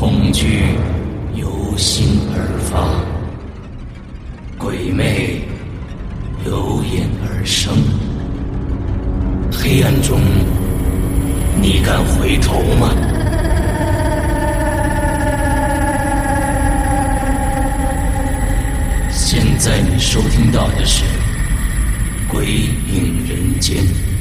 恐惧由心而发，鬼魅由眼而生。黑暗中，你敢回头吗？现在你收听到的是《鬼影人间》，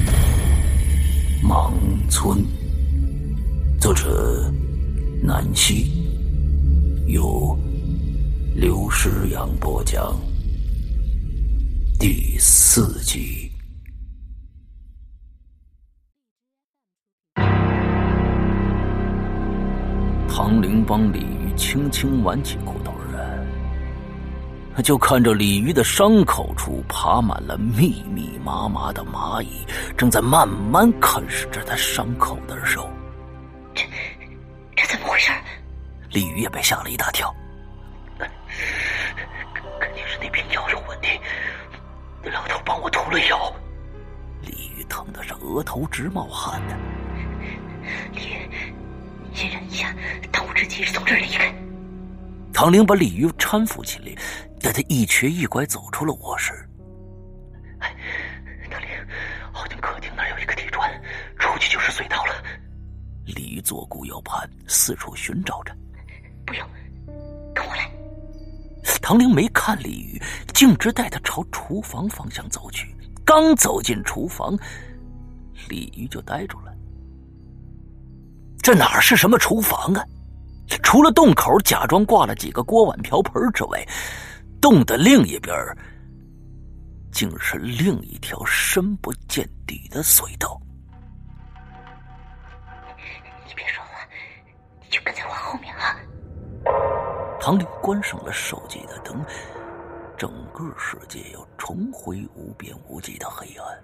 盲村，作者南希，由刘诗阳播讲，第4集。唐玲帮鲤鱼轻轻挽起裤头就看着鲤鱼的伤口处爬满了密密麻麻的蚂蚁，正在慢慢啃食着他伤口的肉。 这怎么回事？ 鲤鱼也被吓了一大跳。 肯定是那片药有问题，老头帮我涂了药。 鲤鱼疼的是额头直冒汗的。 鲤鱼，你先忍一下，当务之急是从这儿离开。 唐玲把鲤鱼搀扶起来，带他一瘸一拐走出了卧室。 唐玲，好像客厅那儿有一个地砖，出去就是隧道了。 鲤鱼左顾右盼，四处寻找着。 不用，跟我来。 唐玲没看鲤鱼，径直带他朝厨房方向走去。刚走进厨房，鲤鱼就呆住了。这哪是什么厨房啊？除了洞口假装挂了几个锅碗瓢盆之外，洞的另一边竟是另一条深不见底的隧道。 你别说话，你就跟在我后面啊。 唐玲关上了手机的灯，整个世界又重回无边无际的黑暗。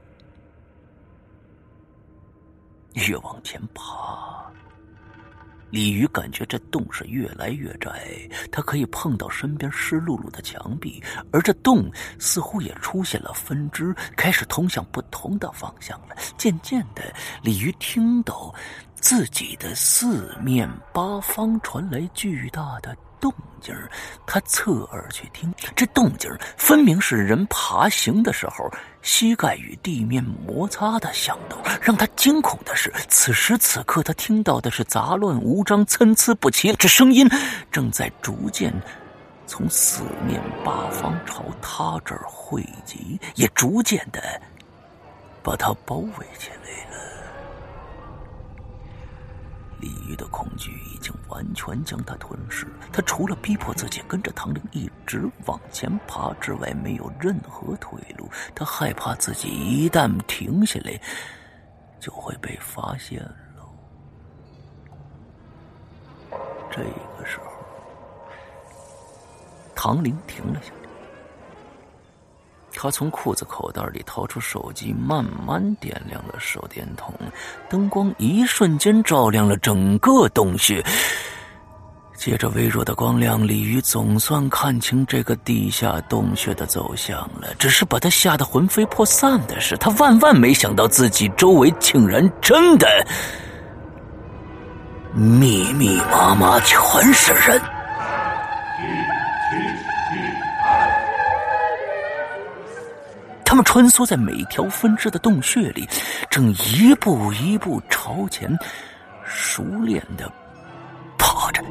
越往前爬，鲤鱼感觉这洞是越来越窄，它可以碰到身边湿漉漉的墙壁，而这洞似乎也出现了分支，开始通向不同的方向了。渐渐的，鲤鱼听到自己的四面八方传来巨大的动静，他侧耳去听，这动静分明是人爬行的时候膝盖与地面摩擦的响动。让他惊恐的是，此时此刻他听到的是杂乱无章、参差不齐，这声音正在逐渐从四面八方朝他这儿汇集，也逐渐的把他包围起来了。鲤鱼的恐惧已经完全将他吞噬，他除了逼迫自己跟着唐玲一直往前爬之外，没有任何退路。他害怕自己一旦停下来，就会被发现了。这个时候，唐玲停了下来，他从裤子口袋里掏出手机，慢慢点亮了手电筒，灯光一瞬间照亮了整个洞穴。借着微弱的光亮，鲤鱼总算看清这个地下洞穴的走向了。只是把他吓得魂飞魄散的是，他万万没想到自己周围竟然真的密密麻麻全是人。他们穿梭在每条分支的洞穴里，正一步一步朝前熟练地爬着。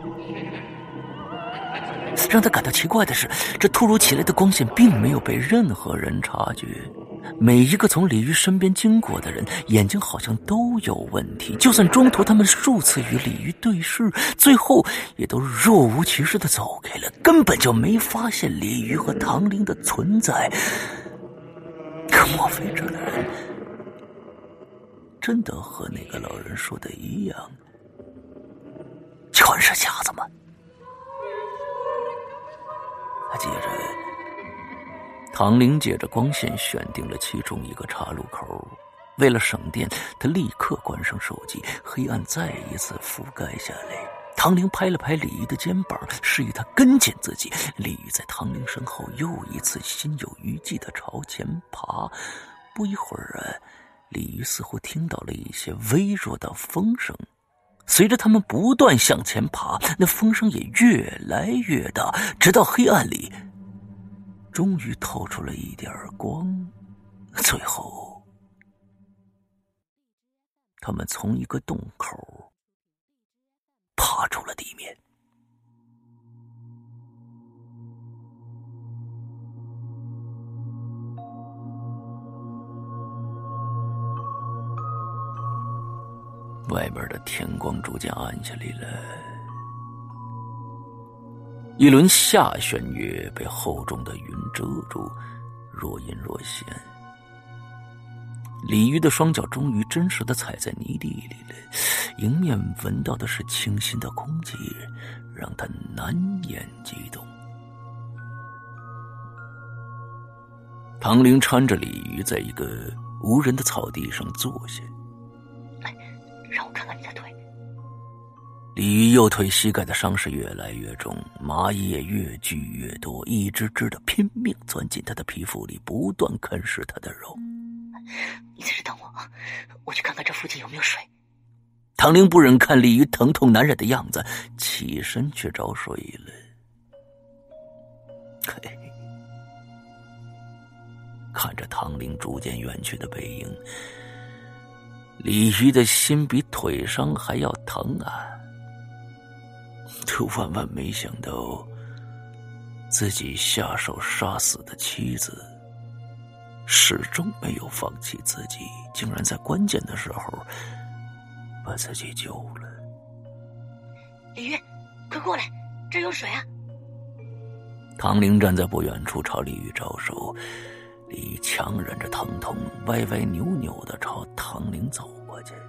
让他感到奇怪的是，这突如其来的光线并没有被任何人察觉。每一个从鲤鱼身边经过的人，眼睛好像都有问题。就算中途他们数次与鲤鱼对视，最后也都若无其事地走开了，根本就没发现鲤鱼和唐玲的存在。可莫非这个人真的和那个老人说的一样，全是瞎子吗？接着，唐玲借着光线选定了其中一个岔路口。为了省电，他立刻关上手机，黑暗再一次覆盖下来。唐玲拍了拍鲤鱼的肩膀，示意他跟紧自己。鲤鱼在唐玲身后又一次心有余悸地朝前爬。不一会儿鲤鱼似乎听到了一些微弱的风声， 随着他们不断向前爬，那风声也越来越大，直到黑暗里终于透出了一点光。最后，他们从一个洞口爬出了地面。外边的天光逐渐暗下来了，一轮下弦月被厚重的云遮住，若隐若现。鲤鱼的双脚终于真实地踩在泥地里了，迎面闻到的是清新的空气，让他难掩激动。唐玲搀着鲤鱼在一个无人的草地上坐下。 让我看看你的腿。 鲤鱼右腿膝盖的伤势越来越重，蚂蚁也越聚越多，一只只的拼命钻进他的皮肤里，不断啃食他的肉。 你在这等我啊，我去看看这附近有没有水。 唐玲不忍看鲤鱼疼痛难忍的样子，起身去找水了。嘿，看着唐玲逐渐远去的背影，鲤鱼的心比腿伤还要疼啊！他万万没想到，自己下手杀死的妻子，始终没有放弃自己，竟然在关键的时候把自己救了。 鲤鱼，快过来，这有水啊！ 唐玲站在不远处朝鲤鱼招手，鲤鱼强忍着疼痛，歪歪扭扭地朝唐玲走过去。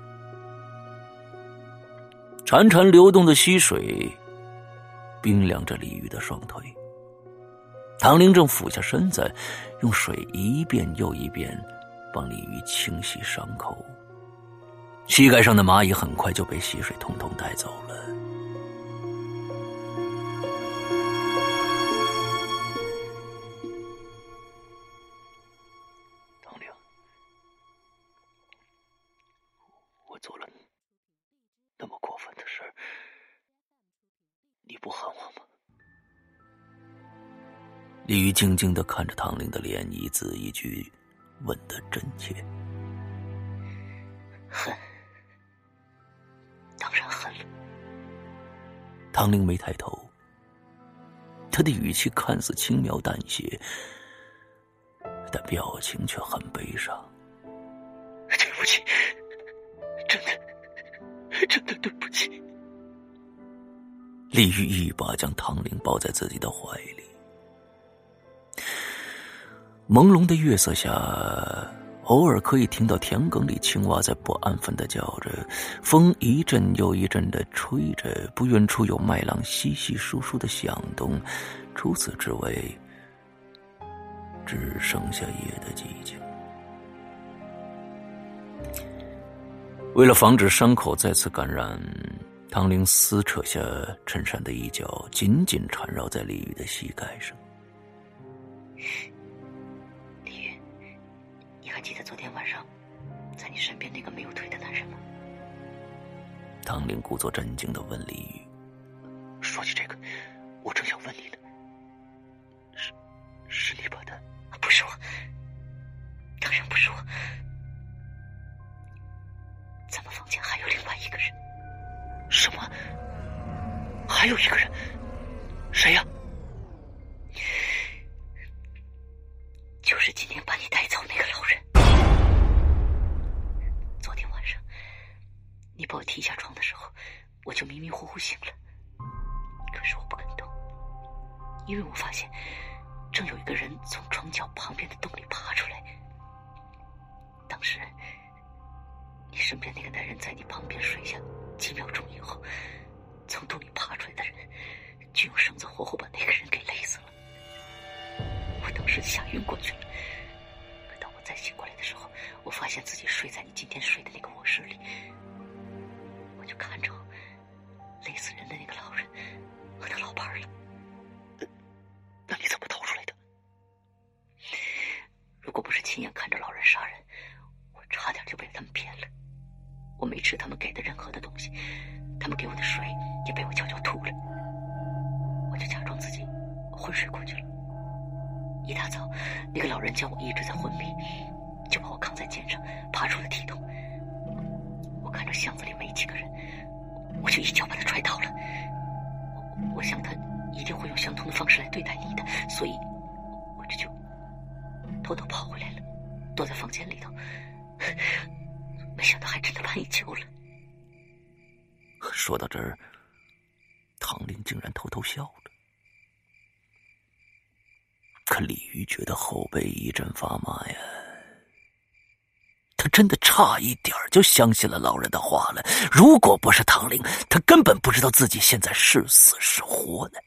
潺潺流动的溪水冰凉着鲤鱼的双腿，唐玲正俯下身子，用水一遍又一遍帮鲤鱼清洗伤口。膝盖上的蚂蚁很快就被溪水统统带走了。唐玲，我做了那么过分的事，你不恨我吗？鲤鱼静静地看着唐玲的脸，一字一句问得真切。 恨，当然恨了。 唐玲没抬头，他的语气看似轻描淡写，但表情却很悲伤。对不起，真的对不起。鲤鱼一把将唐玲抱在自己的怀里。朦胧的月色下，偶尔可以听到田埂里青蛙在不安分地叫着，风一阵又一阵地吹着，不远处有麦浪稀稀疏疏的响动，除此之外，只剩下夜的寂静。为了防止伤口再次感染，唐玲撕扯下衬衫的一角，紧紧缠绕在鲤鱼的膝盖上。 鲤鱼，你还记得昨天晚上在你身边那个没有腿的男人吗？ 唐玲故作镇静地问鲤鱼。说起这个，我正想问你呢。是你把他？ 不是我，当然不是我。咱们房间还有另外一个人。 什么？还有一个人？谁呀？ 就是今天把你带走那个老人。昨天晚上你把我踢下床的时候，我就迷迷糊糊醒了，可是我不敢动，因为我发现正有一个人从床角旁边的洞里爬出来。当时你身边那个男人在你旁边睡下几秒钟以后，从洞里爬出来的人就用绳子活活把那个人给勒死了。我当时吓晕过去了，可当我再醒过来的时候，我发现自己睡在你今天睡的那个卧室里，我就看着勒死人的那个老人和他老伴了。 那你怎么逃出来的？ 如果不是亲眼看着老人杀人，我差点就被他们骗了。我没吃他们给的任何的东西， 他们给我的水也被我悄悄吐了。我就假装自己昏睡过去了。一大早，那个老人见我一直在昏迷，就把我扛在肩上，爬出了梯洞。我看着巷子里没几个人，我就一脚把他踹倒了。我想他一定会用相同的方式来对待你的，所以我这就偷偷跑回来了，躲在房间里头。没想到还真的把你救了。 说到这儿，唐玲竟然偷偷笑了。可李鱼觉得后背一阵发麻呀，他真的差一点就相信了老人的话了。如果不是唐玲，他根本不知道自己现在是死是活呢。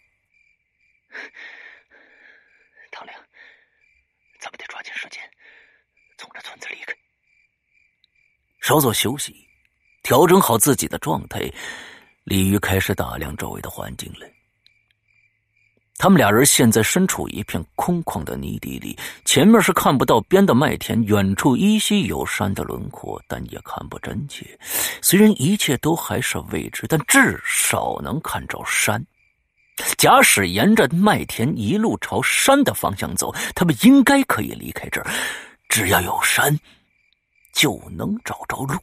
唐玲，咱们得抓紧时间从这村子离开。 稍作休息，调整好自己的状态，李鱼开始打量周围的环境了。他们俩人现在身处一片空旷的泥地里，前面是看不到边的麦田，远处依稀有山的轮廓，但也看不真切。虽然一切都还是未知，但至少能看着山。假使沿着麦田一路朝山的方向走，他们应该可以离开这儿。只要有山，就能找着路。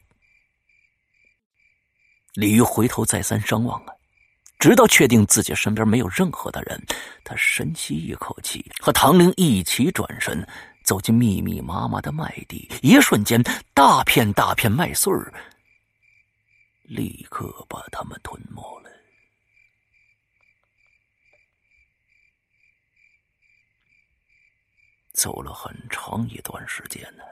李鱼回头再三张望啊，直到确定自己身边没有任何的人，他深吸一口气，和唐玲一起转身走进密密麻麻的麦地。一瞬间，大片大片麦穗儿立刻把他们吞没了。走了很长一段时间呢。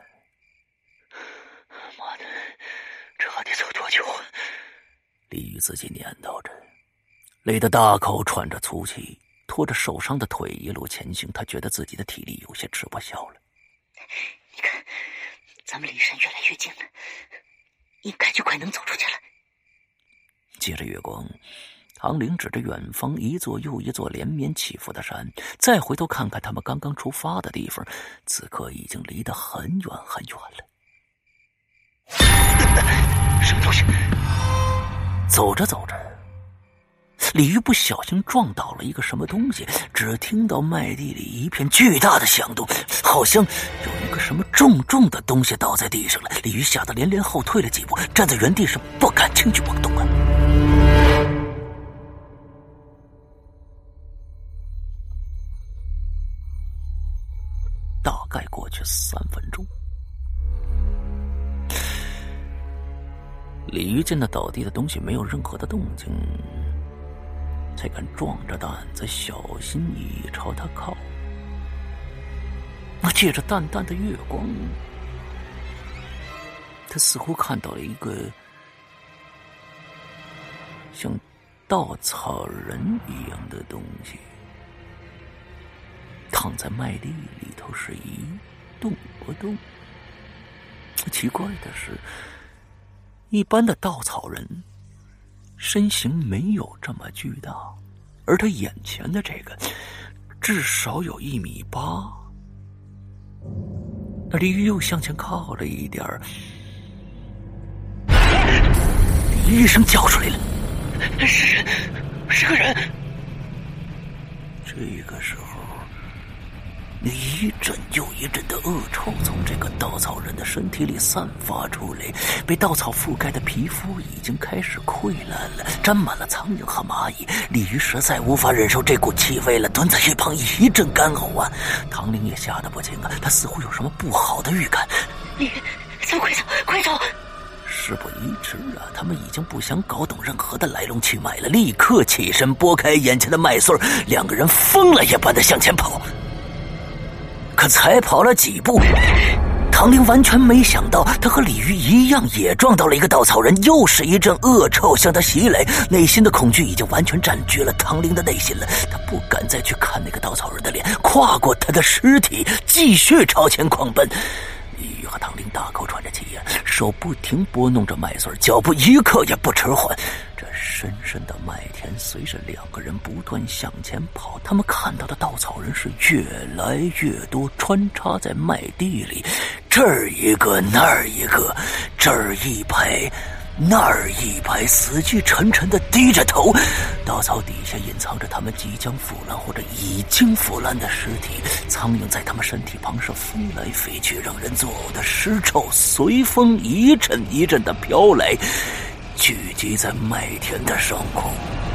妈的，这还得走多久啊？ 李鱼自己念叨着，累得大口喘着粗气，拖着受伤的腿一路前行。他觉得自己的体力有些吃不消了。 你看，咱们离山越来越近了，应该就快能走出去了。 借着月光，唐玲指着远方一座又一座连绵起伏的山，再回头看看他们刚刚出发的地方，此刻已经离得很远很远了。 什么东西？ 走着走着，李鱼不小心撞倒了一个什么东西，只听到麦地里一片巨大的响动，好像有一个什么重重的东西倒在地上了。李鱼吓得连连后退了几步，站在原地上不敢轻举妄动啊。大概过去3分钟，李鱼见那倒地的东西没有任何的动静，才敢壮着胆子小心翼翼朝他靠。借着淡淡的月光，他似乎看到了一个像稻草人一样的东西，躺在麦地里头是一动不动。奇怪的是，一般的稻草人身形没有这么巨大，而他眼前的这个至少有1.8米。那李鱼又向前靠了一点儿，李鱼一声叫出来了：“ 是人，是个人！” 这个时候，一阵又一阵的恶臭从这个稻草人的身体里散发出来，被稻草覆盖的皮肤已经开始溃烂了，沾满了苍蝇和蚂蚁。李鱼实在无法忍受这股气味了，蹲在一旁一阵干呕啊。唐玲也吓得不轻啊，他似乎有什么不好的预感。 李鱼，咱们快走，快走！ 事不宜迟啊，他们已经不想搞懂任何的来龙去脉了，立刻起身拨开眼前的麦穗，两个人疯了一般的向前跑。可才跑了几步，唐玲完全没想到，他和李鱼一样也撞到了一个稻草人，又是一阵恶臭向他袭来，内心的恐惧已经完全占据了唐玲的内心了。他不敢再去看那个稻草人的脸，跨过他的尸体，继续朝前狂奔。李鱼和唐玲大口喘着气呀，手不停拨弄着麦穗，脚步一刻也不迟缓。这深深的麦田随着两个人不断向前跑，他们看到的稻草人是越来越多，穿插在麦地里，这儿一个那儿一个，这儿一排那儿一排死气沉沉的低着头，稻草底下隐藏着他们即将腐烂或者已经腐烂的尸体，苍蝇在他们身体旁是飞来飞去，让人作呕的尸臭随风一阵一阵的飘来，聚集在麦田的上空。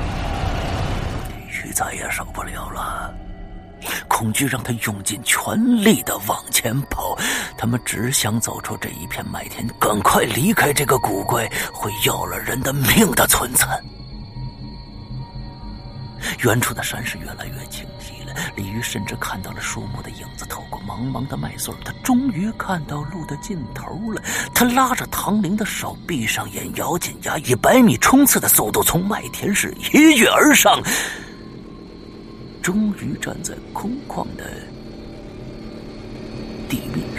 李玉再也受不了了，恐惧让他用尽全力的往前跑，他们只想走出这一片麦田，赶快离开这个古怪会要了人的命的村子。远处的山是越来越清晰了，李玉甚至看到了树木的影子透过茫茫的麦穗，他终于看到路的尽头了。他拉着唐玲的手，闭上眼，咬紧牙，以100米冲刺的速度从麦田市一跃而上，终于站在空旷的地面上。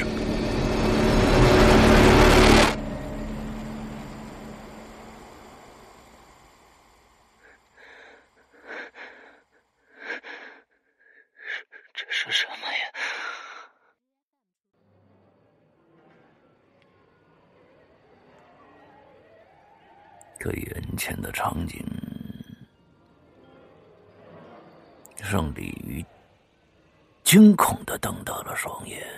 这是什么呀？ 可眼前的场景让李玉惊恐地瞪大了双眼。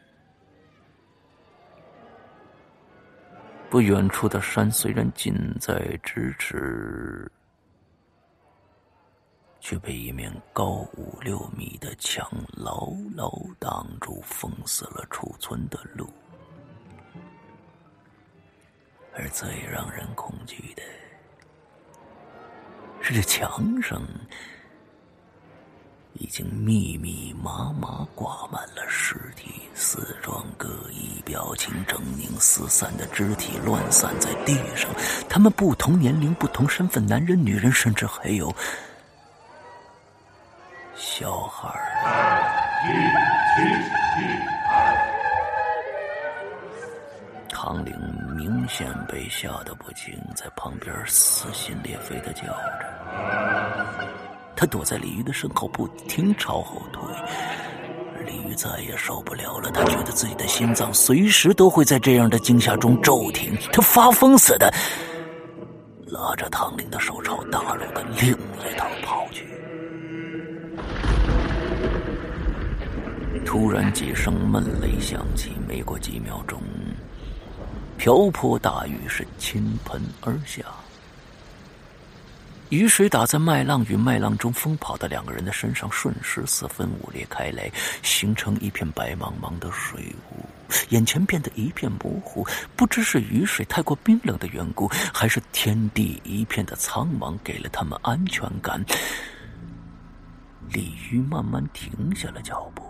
不远处的山虽然近在咫尺，却被一面高5-6米的墙牢牢挡住，封死了出村的路。而最让人恐惧的是，墙上已经密密麻麻挂满了尸体，死状各异，表情狰狞，四散的肢体乱散在地上，他们不同年龄、不同身份，男人、女人，甚至还有小孩唐玲明显被吓得不轻，在旁边撕心裂肺地叫着。他躲在李玉的身后，不停朝后退。李玉再也受不了了，他觉得自己的心脏随时都会在这样的惊吓中骤停。他发疯似的拉着唐玲的手朝大路的另一头跑去。突然几声闷雷响起，没过几秒钟，瓢泼大雨是倾盆而下，雨水打在麦浪与麦浪中疯跑的两个人的身上，瞬时4分5裂开来，形成一片白茫茫的水雾，眼前变得一片模糊，不知是雨水太过冰冷的缘故，还是天地一片的苍茫给了他们安全感。李玉慢慢停下了脚步。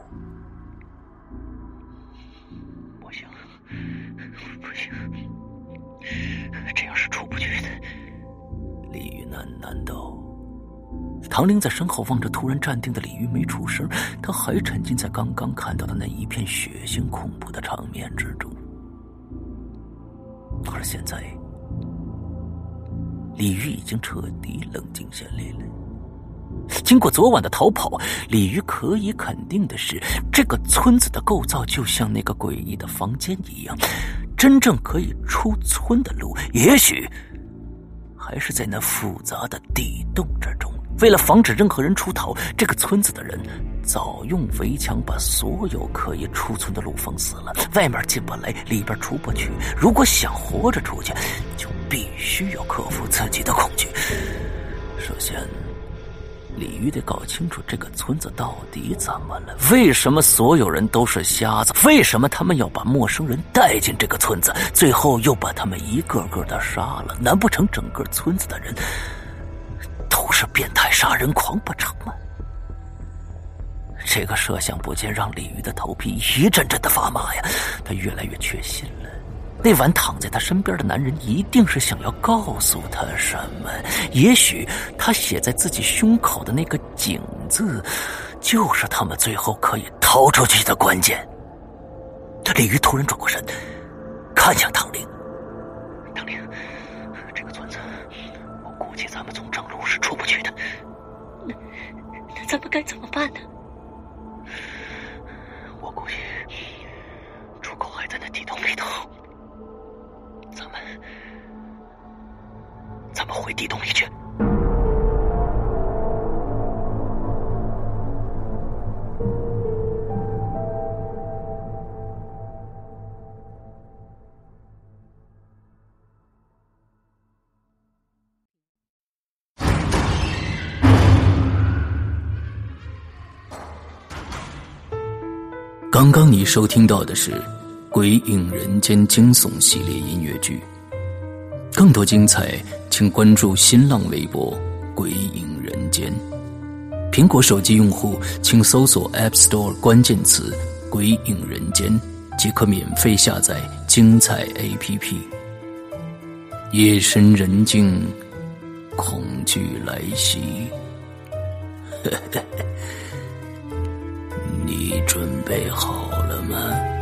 不行，这样是出不去的。 李玉喃喃道。唐玲在身后望着突然站定的李玉没出声，他还沉浸在刚刚看到的那一片血腥恐怖的场面之中。而现在李玉已经彻底冷静下来了。经过昨晚的逃跑，李玉可以肯定的是，这个村子的构造就像那个诡异的房间一样，真正可以出村的路也许还是在那复杂的地洞之中。为了防止任何人出逃，这个村子的人早用围墙把所有可以出村的路封死了，外面进不来，里边出不去。如果想活着出去，就必须要克服自己的恐惧。首先李玉得搞清楚这个村子到底怎么了，为什么所有人都是瞎子，为什么他们要把陌生人带进这个村子，最后又把他们一个个的杀了？难不成整个村子的人都是变态杀人狂不成吗？这个设想不禁让李玉的头皮一阵阵的发麻呀，他越来越确信了，那晚躺在他身边的男人一定是想要告诉他什么，也许他写在自己胸口的那个井字就是他们最后可以逃出去的关键。李玉突然转过身看向唐玲。 唐玲，这个村子我估计咱们从正路是出不去的。 那咱们该怎么办呢？ 我估计出口还在那地洞里头，咱们回地洞里去。 刚刚你收听到的是《鬼影人间》惊悚系列音乐剧，更多精彩请关注新浪微博“鬼影人间”，苹果手机用户请搜索 App Store 关键词“鬼影人间”即可免费下载精彩 APP。夜深人静，恐惧来袭，你准备好了吗？